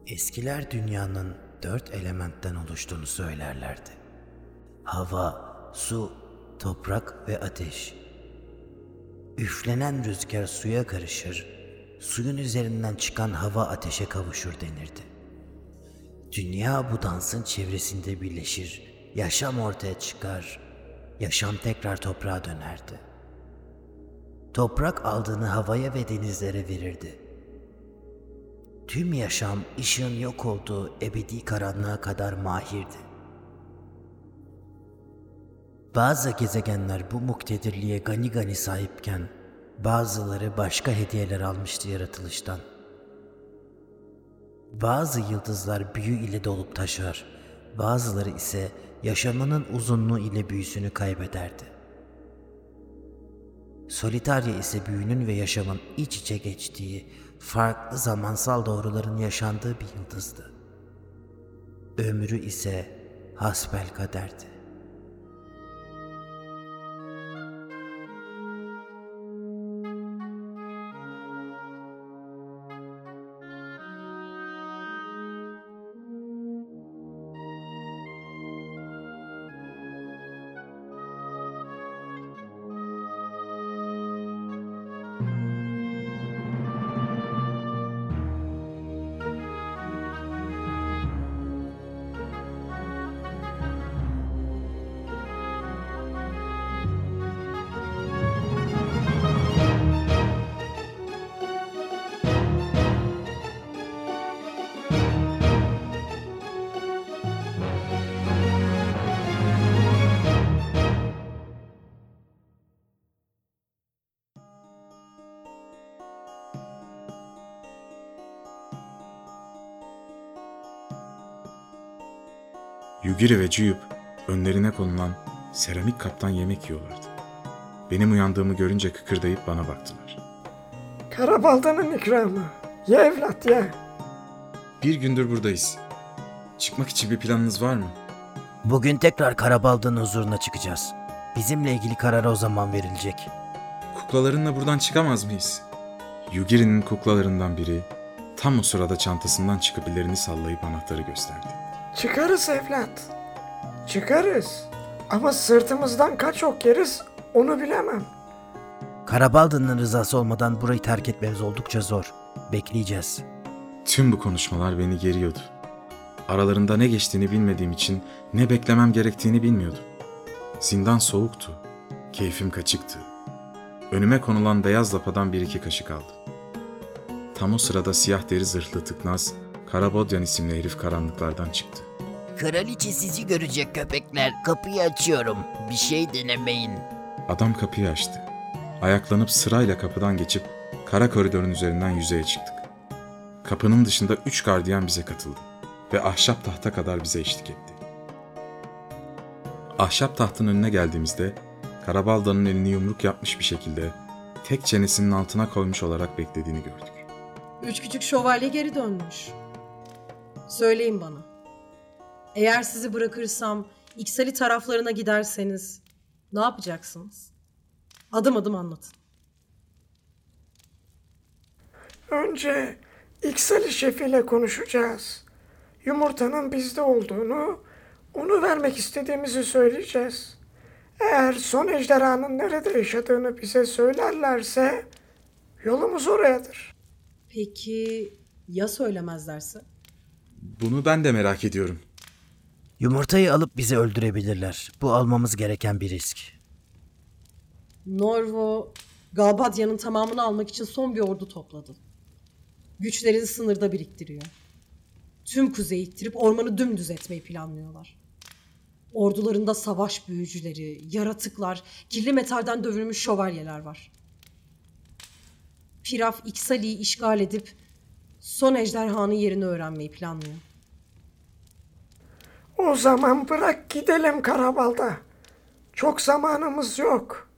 Eskiler dünyanın 4 elementten oluştuğunu söylerlerdi. Hava, su, toprak ve ateş. Üflenen rüzgar suya karışır, suyun üzerinden çıkan hava ateşe kavuşur denirdi. Dünya bu dansın çevresinde birleşir, yaşam ortaya çıkar, yaşam tekrar toprağa dönerdi. Toprak aldığını havaya ve denizlere verirdi. Tüm yaşam ışığın yok olduğu ebedi karanlığa kadar mahirdi. Bazı gezegenler bu muktedirliğe gani gani sahipken bazıları başka hediyeler almıştı yaratılıştan. Bazı yıldızlar büyü ile dolup taşar, bazıları ise yaşamının uzunluğu ile büyüsünü kaybederdi. Solitaria ise büyünün ve yaşamın iç içe geçtiği, farklı zamansal doğruların yaşandığı bir yıldızdı. Ömrü ise hasbelkaderdi. Yugiri ve Cuyup önlerine konulan seramik kaptan yemek yiyorlardı. Benim uyandığımı görünce kıkırdayıp bana baktılar. Karabaldanın ikramı. Ye evlat ye. Bir gündür buradayız. Çıkmak için bir planınız var mı? Bugün tekrar Karabaldanın huzuruna çıkacağız. Bizimle ilgili karar o zaman verilecek. Kuklalarınla buradan çıkamaz mıyız? Yugiri'nin kuklalarından biri tam o sırada çantasından çıkıp ellerini sallayıp anahtarı gösterdi. Çıkarız evlat. Çıkarız. Ama sırtımızdan kaç ok yeriz onu bilemem. Karabaldanın rızası olmadan burayı terk etmemiz oldukça zor. Bekleyeceğiz. Tüm bu konuşmalar beni geriyordu. Aralarında ne geçtiğini bilmediğim için ne beklemem gerektiğini bilmiyordum. Zindan soğuktu. Keyfim kaçıktı. Önüme konulan beyaz lapadan 1-2 kaşık aldım. Tam o sırada siyah deri zırhlı tıknaz, Karabodyan isimli herif karanlıklardan çıktı. Kraliçe sizi görecek köpekler. Kapıyı açıyorum. Bir şey denemeyin. Adam kapıyı açtı. Ayaklanıp sırayla kapıdan geçip kara koridorun üzerinden yüzeye çıktık. Kapının dışında 3 gardiyan bize katıldı ve ahşap tahta kadar bize eşlik etti. Ahşap tahtın önüne geldiğimizde Karabaldanın elini yumruk yapmış bir şekilde tek çenesinin altına koymuş olarak beklediğini gördük. 3 küçük şövalye geri dönmüş. Söyleyin bana. Eğer sizi bırakırsam İksali taraflarına giderseniz ne yapacaksınız? Adım adım anlatın. Önce İksali şefiyle konuşacağız. Yumurtanın bizde olduğunu, onu vermek istediğimizi söyleyeceğiz. Eğer son ejderhanın nerede yaşadığını bize söylerlerse yolumuz orayadır. Peki ya söylemezlerse? Bunu ben de merak ediyorum. Yumurtayı alıp bizi öldürebilirler. Bu almamız gereken bir risk. Norvo, Galbadya'nın tamamını almak için son bir ordu topladı. Güçlerini sınırda biriktiriyor. Tüm kuzeyi ittirip ormanı dümdüz etmeyi planlıyorlar. Ordularında savaş büyücüleri, yaratıklar, kirli metalden dövülmüş şövalyeler var. Piraf İksali'yi işgal edip son ejderhanın yerini öğrenmeyi planlıyor. O zaman bırak gidelim Karabalda. Çok zamanımız yok.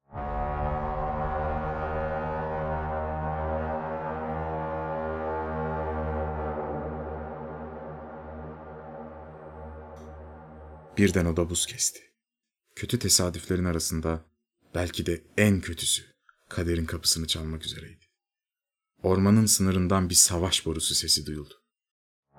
Birden oda buz kesti. Kötü tesadüflerin arasında belki de en kötüsü kaderin kapısını çalmak üzereydi. Ormanın sınırından bir savaş borusu sesi duyuldu.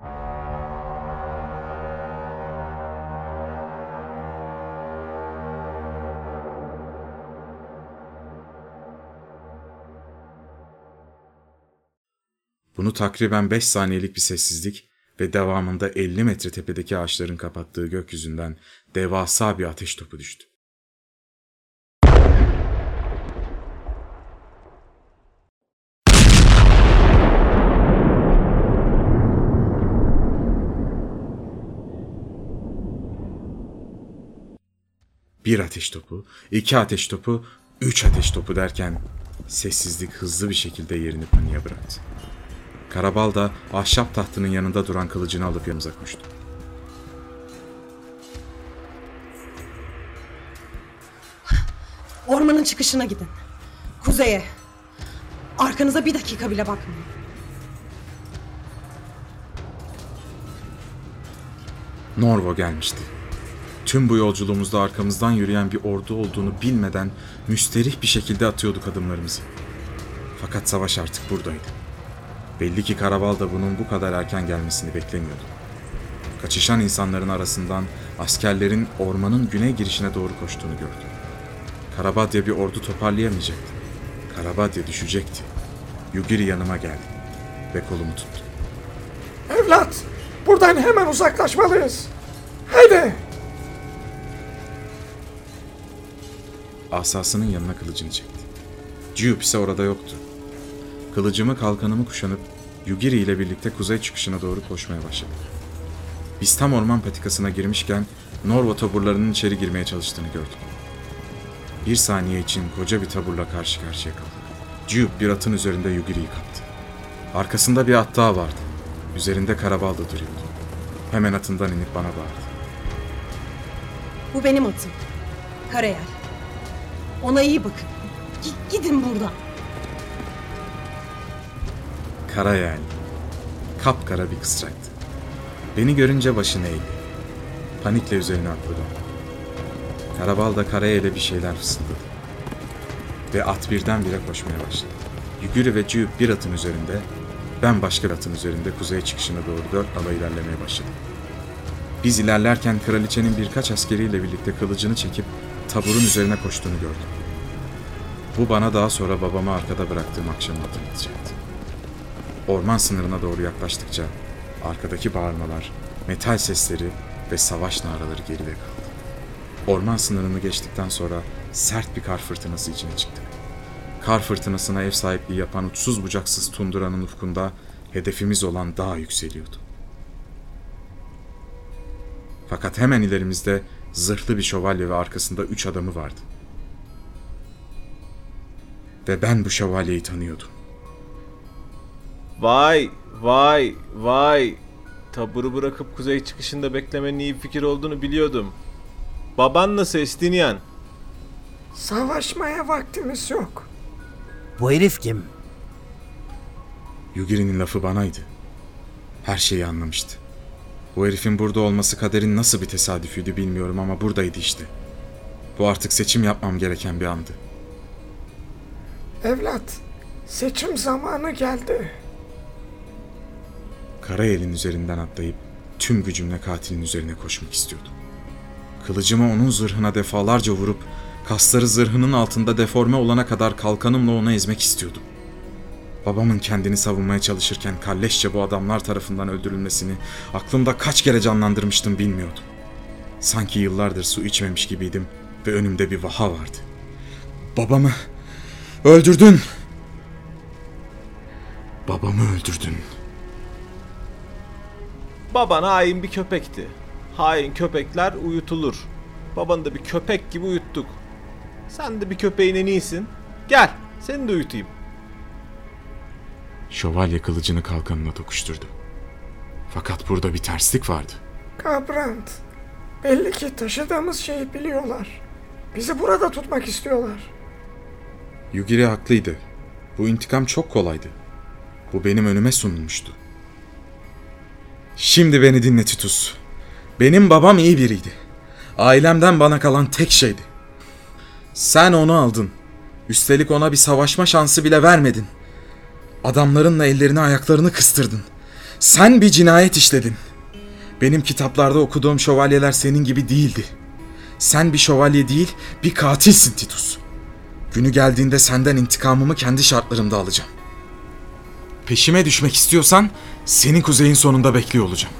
Bunu takriben 5 saniyelik bir sessizlik ve devamında 50 metre tepedeki ağaçların kapattığı gökyüzünden devasa bir ateş topu düştü. Bir ateş topu, 2 ateş topu, 3 ateş topu derken sessizlik hızlı bir şekilde yerini paniğe bıraktı. Karabal da ahşap tahtının yanında duran kılıcını alıp yanımıza koştu. Ormanın çıkışına gidin. Kuzeye. Arkanıza bir dakika bile bakmayın. Norvo gelmişti. Tüm bu yolculuğumuzda arkamızdan yürüyen bir ordu olduğunu bilmeden müsterih bir şekilde atıyorduk adımlarımızı. Fakat savaş artık buradaydı. Belli ki Karabal da bunun bu kadar erken gelmesini beklemiyordu. Kaçışan insanların arasından askerlerin ormanın güney girişine doğru koştuğunu gördü. Karabadya bir ordu toparlayamayacaktı. Karabadya düşecekti. Yugiri yanıma geldi ve kolumu tuttu. Evlat, buradan hemen uzaklaşmalıyız. Haydi. Asasının yanına kılıcını çekti. Ciyup ise orada yoktu. Kılıcımı kalkanımı kuşanıp Yugiri ile birlikte kuzey çıkışına doğru koşmaya başladık. Biz tam orman patikasına girmişken Norvo taburlarının içeri girmeye çalıştığını gördük. Bir saniye için koca bir taburla karşı karşıya kaldık. Ciyup bir atın üzerinde Yugiri'yi kaptı. Arkasında bir at daha vardı. Üzerinde Karabal da duruyordu. Hemen atından inip bana bağırdı. Bu benim atım. Karayel. Ona iyi bakın. Gidin buradan. Karayel. Kapkara bir kısraktı. Beni görünce başını eğdi. Panikle üzerine atladı. Karabal da Karayel'e bir şeyler fısıldadı. Ve at birdenbire koşmaya başladı. Yugiri ve Ciyup bir atın üzerinde, ben başka bir atın üzerinde kuzey çıkışına doğru 4 nala ilerlemeye başladım. Biz ilerlerken kraliçenin birkaç askeriyle birlikte kılıcını çekip taburun üzerine koştuğunu gördüm. Bu bana daha sonra babamı arkada bıraktığım akşamı hatırlatacaktı. Orman sınırına doğru yaklaştıkça arkadaki bağırmalar, metal sesleri ve savaş naraları geride kaldı. Orman sınırını geçtikten sonra sert bir kar fırtınası içine çıktık. Kar fırtınasına ev sahipliği yapan uçsuz bucaksız tunduranın ufkunda hedefimiz olan dağ yükseliyordu. Fakat hemen ilerimizde zırhlı bir şövalye ve arkasında 3 adamı vardı. Ve ben bu şövalyeyi tanıyordum. Vay, vay, vay. Taburu bırakıp kuzey çıkışında beklemenin iyi bir fikir olduğunu biliyordum. Baban nasıl Estinian? Savaşmaya vaktimiz yok. Bu herif kim? Yugiri'nin lafı banaydı. Her şeyi anlamıştı. Bu herifin burada olması kaderin nasıl bir tesadüfüydü bilmiyorum ama buradaydı işte. Bu artık seçim yapmam gereken bir andı. Evlat, seçim zamanı geldi. Karayel'in üzerinden atlayıp tüm gücümle katilin üzerine koşmak istiyordum. Kılıcımı onun zırhına defalarca vurup kasları zırhının altında deforme olana kadar kalkanımla onu ezmek istiyordum. Babamın kendini savunmaya çalışırken kalleşçe bu adamlar tarafından öldürülmesini aklımda kaç kere canlandırmıştım bilmiyordum. Sanki yıllardır su içmemiş gibiydim ve önümde bir vaha vardı. Babamı öldürdün! Babamı öldürdün. Baban hain bir köpekti. Hain köpekler uyutulur. Babanı da bir köpek gibi uyuttuk. Sen de bir köpeğin en iyisin. Gel, seni de uyutayım. Şövalye kılıcını kalkanına tokuşturdu. Fakat burada bir terslik vardı. Kabrant, belli ki taşıdığımız şeyi biliyorlar. Bizi burada tutmak istiyorlar. Yugiri haklıydı. Bu intikam çok kolaydı. Bu benim önüme sunulmuştu. Şimdi beni dinle Titus. Benim babam iyi biriydi. Ailemden bana kalan tek şeydi. Sen onu aldın. Üstelik ona bir savaşma şansı bile vermedin. Adamlarınla ellerini ayaklarını kıstırdın. Sen bir cinayet işledin. Benim kitaplarda okuduğum şövalyeler senin gibi değildi. Sen bir şövalye değil, bir katilsin Titus. Günü geldiğinde senden intikamımı kendi şartlarımda alacağım. Peşime düşmek istiyorsan senin kuzeyin sonunda bekliyor olacağım.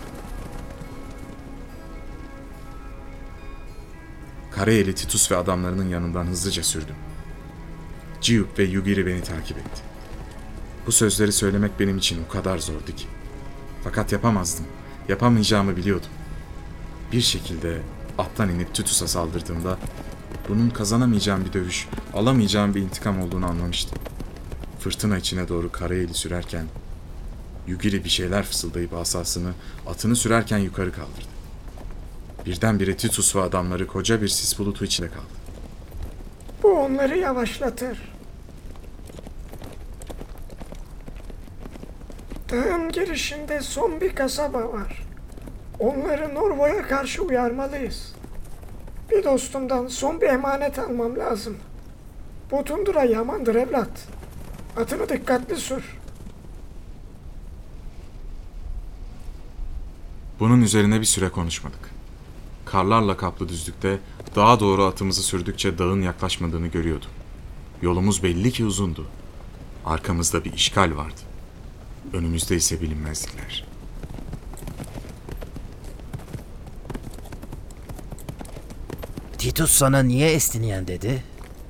Karayeli Titus ve adamlarının yanından hızlıca sürdüm. Ciyup ve Yugiri beni takip etti. Bu sözleri söylemek benim için o kadar zordu ki. Fakat yapamazdım. Yapamayacağımı biliyordum. Bir şekilde attan inip Titus'a saldırdığımda bunun kazanamayacağım bir dövüş, alamayacağım bir intikam olduğunu anlamıştım. Fırtına içine doğru Karayeli sürerken Yugiri bir şeyler fısıldayıp asasını atını sürerken yukarı kaldırdı. Birdenbire Titus ve adamları koca bir sis bulutu içinde kaldı. Bu onları yavaşlatır. Dağın girişinde son bir kasaba var. Onları Norvo'ya karşı uyarmalıyız. Bir dostumdan son bir emanet almam lazım. Bu tundura yamandır evlat. Atını dikkatli sür. Bunun üzerine bir süre konuşmadık. Karlarla kaplı düzlükte dağa doğru atımızı sürdükçe dağın yaklaşmadığını görüyordum. Yolumuz belli ki uzundu. Arkamızda bir işgal vardı. Önümüzde ise bilinmezlikler. Titus sana niye Estiniyen dedi?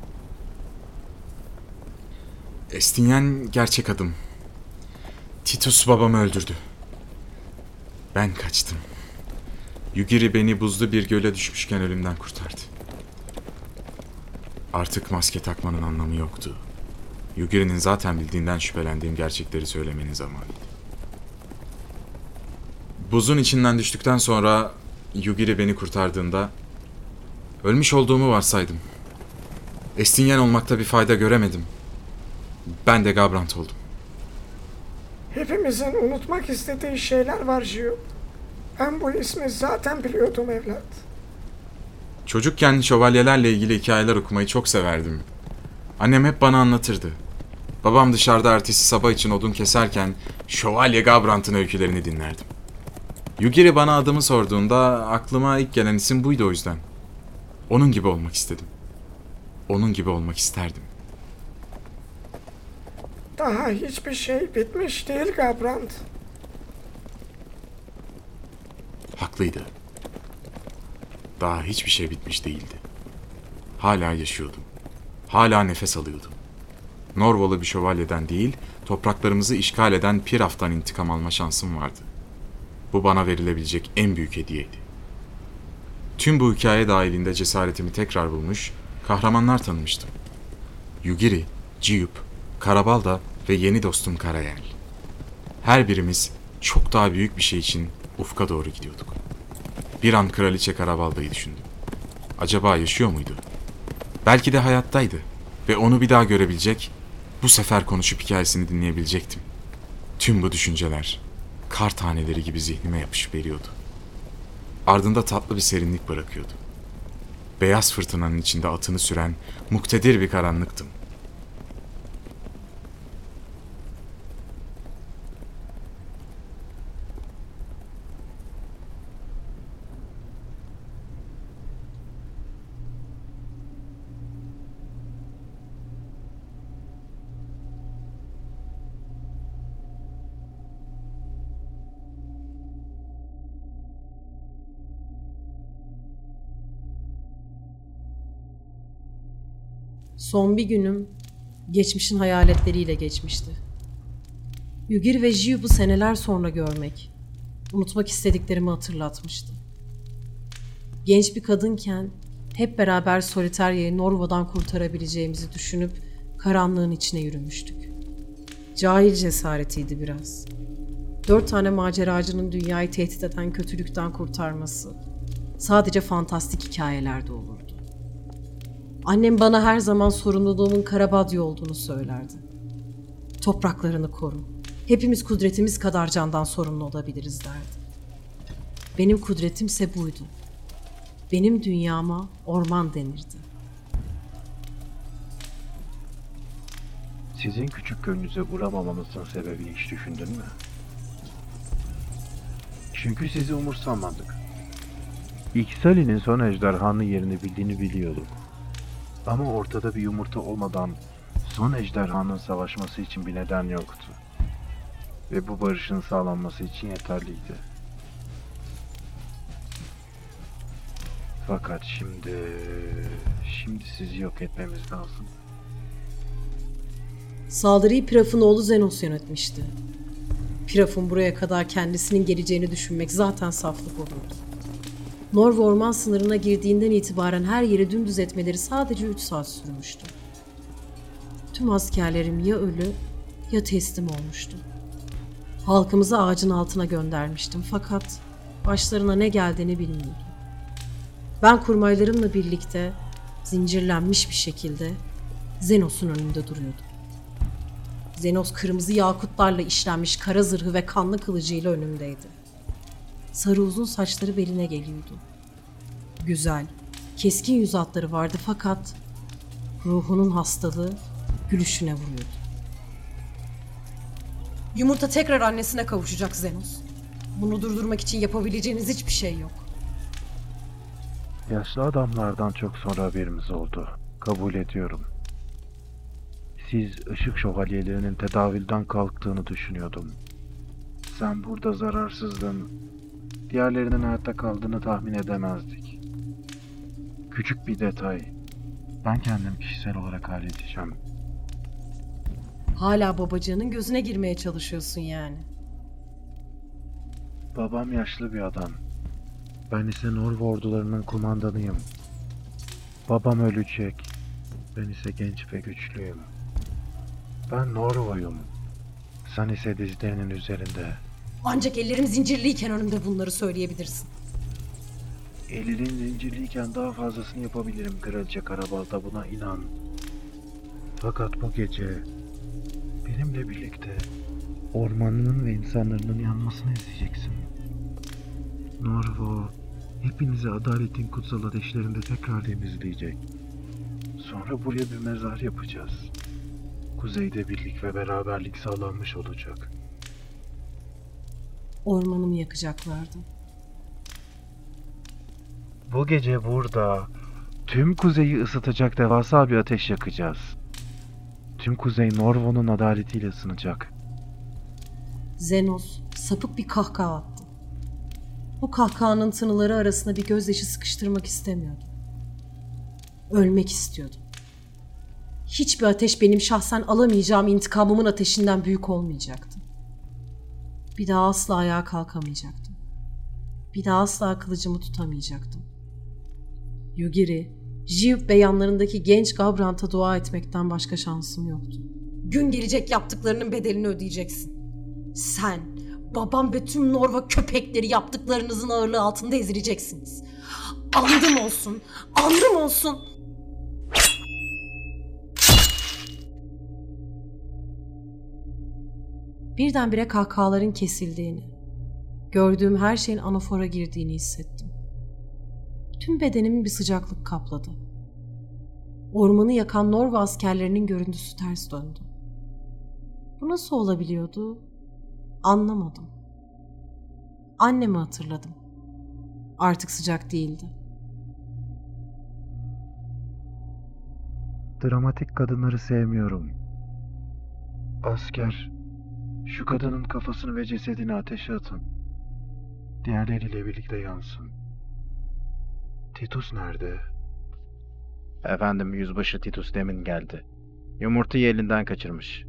Estinyen gerçek adım. Titus babamı öldürdü. Ben kaçtım. Yugiri beni buzlu bir göle düşmüşken ölümden kurtardı. Artık maske takmanın anlamı yoktu. Yugiri'nin zaten bildiğinden şüphelendiğim gerçekleri söylemenin zamanıydı. Buzun içinden düştükten sonra Yugiri beni kurtardığında ölmüş olduğumu varsaydım. Estinyen olmakta bir fayda göremedim. Ben de Gabrant oldum. Hepimizin unutmak istediği şeyler var Jiyo. Ben bu ismi zaten biliyordum evlat. Çocukken şövalyelerle ilgili hikayeler okumayı çok severdim. Annem hep bana anlatırdı. Babam dışarıda ertesi sabah için odun keserken Şövalye Gabrant'ın öykülerini dinlerdim. Yugiri bana adımı sorduğunda aklıma ilk gelen isim buydu o yüzden. Onun gibi olmak istedim. Onun gibi olmak isterdim. Daha hiçbir şey bitmiş değil Gabrant. Haklıydı. Daha hiçbir şey bitmiş değildi. Hala yaşıyordum. Hala nefes alıyordum. Norvalı bir şövalyeden değil, topraklarımızı işgal eden Piraf'tan intikam alma şansım vardı. Bu bana verilebilecek en büyük hediyeydi. Tüm bu hikaye dahilinde cesaretimi tekrar bulmuş, kahramanlar tanımıştım. Yugiri, Ciyup, Karabalda ve yeni dostum Karayel. Her birimiz çok daha büyük bir şey için ufka doğru gidiyorduk. Bir an Kraliçe Karabalda'yı düşündüm. Acaba yaşıyor muydu? Belki de hayattaydı ve onu bir daha görebilecek, bu sefer konuşup hikayesini dinleyebilecektim. Tüm bu düşünceler kar taneleri gibi zihnime yapışıp eriyordu. Ardında tatlı bir serinlik bırakıyordu. Beyaz fırtınanın içinde atını süren muktedir bir karanlıktım. Son bir günüm geçmişin hayaletleriyle geçmişti. Yugir ve Jiyup'u seneler sonra görmek, unutmak istediklerimi hatırlatmıştı. Genç bir kadınken hep beraber Solitarya'yı Norvo'dan kurtarabileceğimizi düşünüp karanlığın içine yürümüştük. Cahil cesaretiydi biraz. 4 tane maceracının dünyayı tehdit eden kötülükten kurtarması sadece fantastik hikayelerde olurdu. Annem bana her zaman sorumluluğumun Karabadya olduğunu söylerdi. Topraklarını koru. Hepimiz kudretimiz kadar candan sorumlu olabiliriz derdi. Benim kudretimse buydu. Benim dünyama orman denirdi. Sizin küçük gönlünüze vuramamamızın sebebini hiç düşündün mü? Çünkü sizi umursamadık. İksali'nin son ejderhanın yerini bildiğini biliyorduk. Ama ortada bir yumurta olmadan son ejderhanın savaşması için bir neden yoktu. Ve bu barışın sağlanması için yeterliydi. Fakat şimdi sizi yok etmemiz lazım. Saldırıyı Piraf'ın oğlu Zenos yönetmişti. Piraf'ın buraya kadar kendisinin geleceğini düşünmek zaten saflık olurdu. Norv orman sınırına girdiğinden itibaren her yeri dümdüz etmeleri sadece 3 saat sürmüştü. Tüm askerlerim ya ölü ya teslim olmuştu. Halkımızı ağacın altına göndermiştim fakat başlarına ne geldiğini bilmiyordum. Ben kurmaylarımla birlikte zincirlenmiş bir şekilde Zenos'un önünde duruyordum. Zenos kırmızı yakutlarla işlenmiş kara zırhı ve kanlı kılıcıyla önümdeydi. Sarı uzun saçları beline geliyordu. Güzel, keskin yüz hatları vardı fakat ruhunun hastalığı gülüşüne vuruyordu. Yumurta tekrar annesine kavuşacak Zenos. Bunu durdurmak için yapabileceğiniz hiçbir şey yok. Yaşlı adamlardan çok sonra haberimiz oldu. Kabul ediyorum. Siz ışık şövalyelerinin tedavülden kalktığını düşünüyordum. Sen burada zararsızdın. Diğerlerinin hayatta kaldığını tahmin edemezdik. Küçük bir detay. Ben kendim kişisel olarak halledeceğim. Hala babacığının gözüne girmeye çalışıyorsun yani. Babam yaşlı bir adam. Ben ise Norv ordularının kumandanıyım. Babam ölecek. Ben ise genç ve güçlüyüm. Ben Norvo'yum. Sen ise dizlerinin üzerinde. Ancak ellerim zincirliyken önümde bunları söyleyebilirsin. Ellerin zincirliyken daha fazlasını yapabilirim Kraliçe Karabalta, buna inan. Fakat bu gece benimle birlikte ormanının ve insanların yanmasını izleyeceksin. Norvo hepinizi adaletin kutsal ateşlerinde tekrar temizleyecek. Sonra buraya bir mezar yapacağız. Kuzeyde birlik ve beraberlik sağlanmış olacak. Ormanımı yakacaklardı. Bu gece burada tüm kuzeyi ısıtacak devasa bir ateş yakacağız. Tüm kuzey Norvo'nun adaletiyle ısınacak. Zenos sapık bir kahkaha attı. Bu kahkahanın tınıları arasına bir gözyaşı sıkıştırmak istemiyordum. Ölmek istiyordum. Hiçbir ateş benim şahsen alamayacağım intikamımın ateşinden büyük olmayacaktı. Bir daha asla ayağa kalkamayacaktım. Bir daha asla kılıcımı tutamayacaktım. Yugiri, Jiyup beyanlarındaki genç Gabrant'a dua etmekten başka şansım yoktu. Gün gelecek yaptıklarının bedelini ödeyeceksin. Sen, babam ve tüm Norva köpekleri yaptıklarınızın ağırlığı altında ezileceksiniz. Andım olsun, andım olsun. Birdenbire kahkahaların kesildiğini, gördüğüm her şeyin anafora girdiğini hissettim. Tüm bedenimi bir sıcaklık kapladı. Ormanı yakan Norva askerlerinin görüntüsü ters döndü. Bu nasıl olabiliyordu? Anlamadım. Annemi hatırladım. Artık sıcak değildi. Dramatik kadınları sevmiyorum. Asker, şu kadının kafasını ve cesedini ateşe atın. Diğerleriyle birlikte yansın. Titus nerede? Efendim, Yüzbaşı Titus demin geldi. Yumurtayı elinden kaçırmış.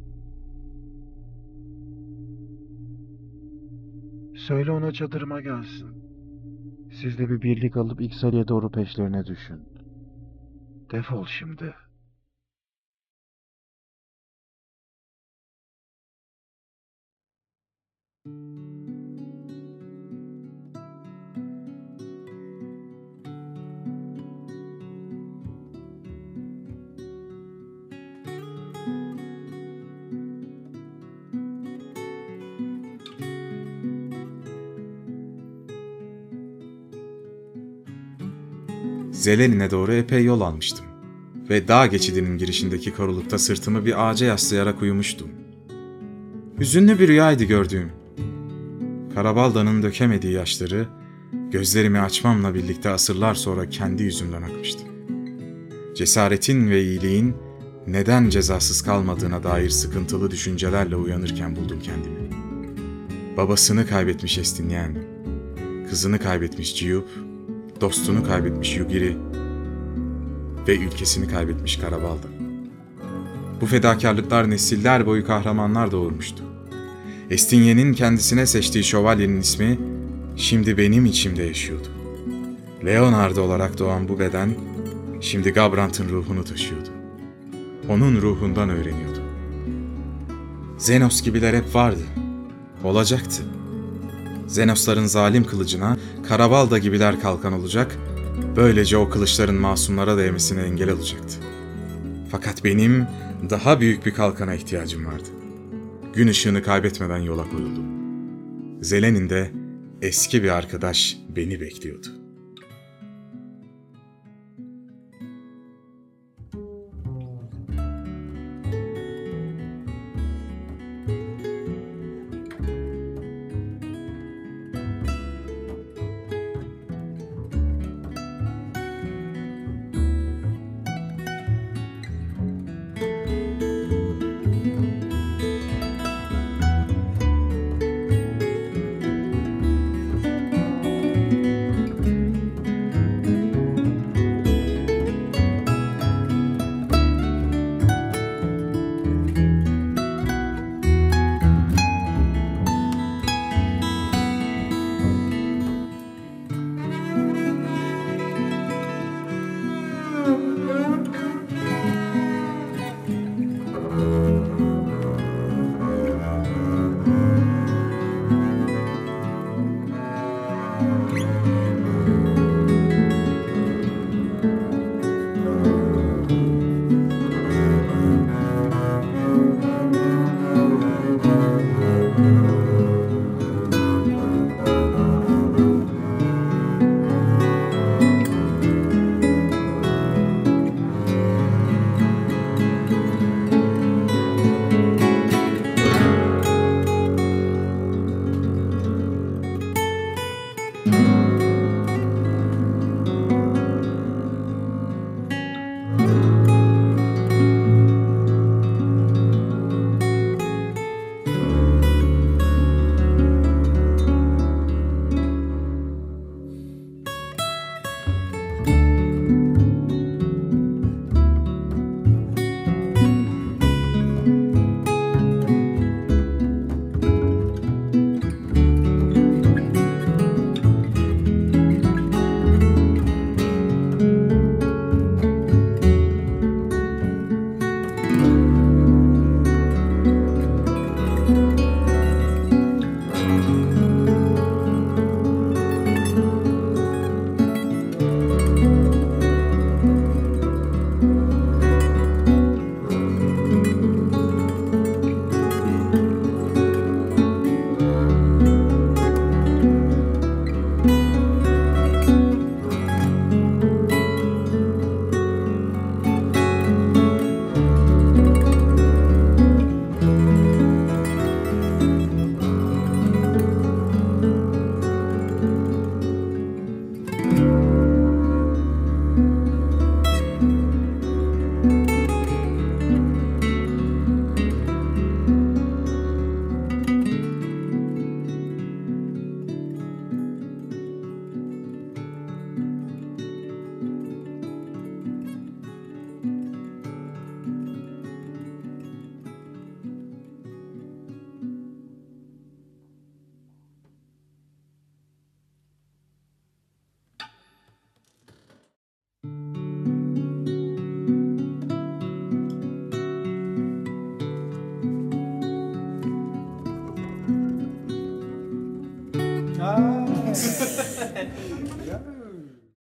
Söyle ona çadırıma gelsin. Siz de bir birlik alıp İksali'ye doğru peşlerine düşün. Defol şimdi. Zelenin'e doğru epey yol almıştım ve dağ geçidinin girişindeki korulukta sırtımı bir ağaca yaslayarak uyumuştum. Hüzünlü bir rüyaydı gördüğüm. Karabalda'nın dökemediği yaşları, gözlerimi açmamla birlikte asırlar sonra kendi yüzümden akmıştı. Cesaretin ve iyiliğin neden cezasız kalmadığına dair sıkıntılı düşüncelerle uyanırken buldum kendimi. Babasını kaybetmiş Estinyen, kızını kaybetmiş Ciyup, dostunu kaybetmiş Yugiri ve ülkesini kaybetmiş Karabalda. Bu fedakarlıklar nesiller boyu kahramanlar doğurmuştu. Estinyen'in kendisine seçtiği şövalyenin ismi şimdi benim içimde yaşıyordu. Leonard olarak doğan bu beden şimdi Gabrant'ın ruhunu taşıyordu. Onun ruhundan öğreniyordu. Zenos gibiler hep vardı. Olacaktı. Zenosların zalim kılıcına Karabalda gibiler kalkan olacak, böylece o kılıçların masumlara değmesine engel olacaktı. Fakat benim daha büyük bir kalkana ihtiyacım vardı. Gün ışığını kaybetmeden yola koyuldum. Zelen'in de eski bir arkadaş beni bekliyordu.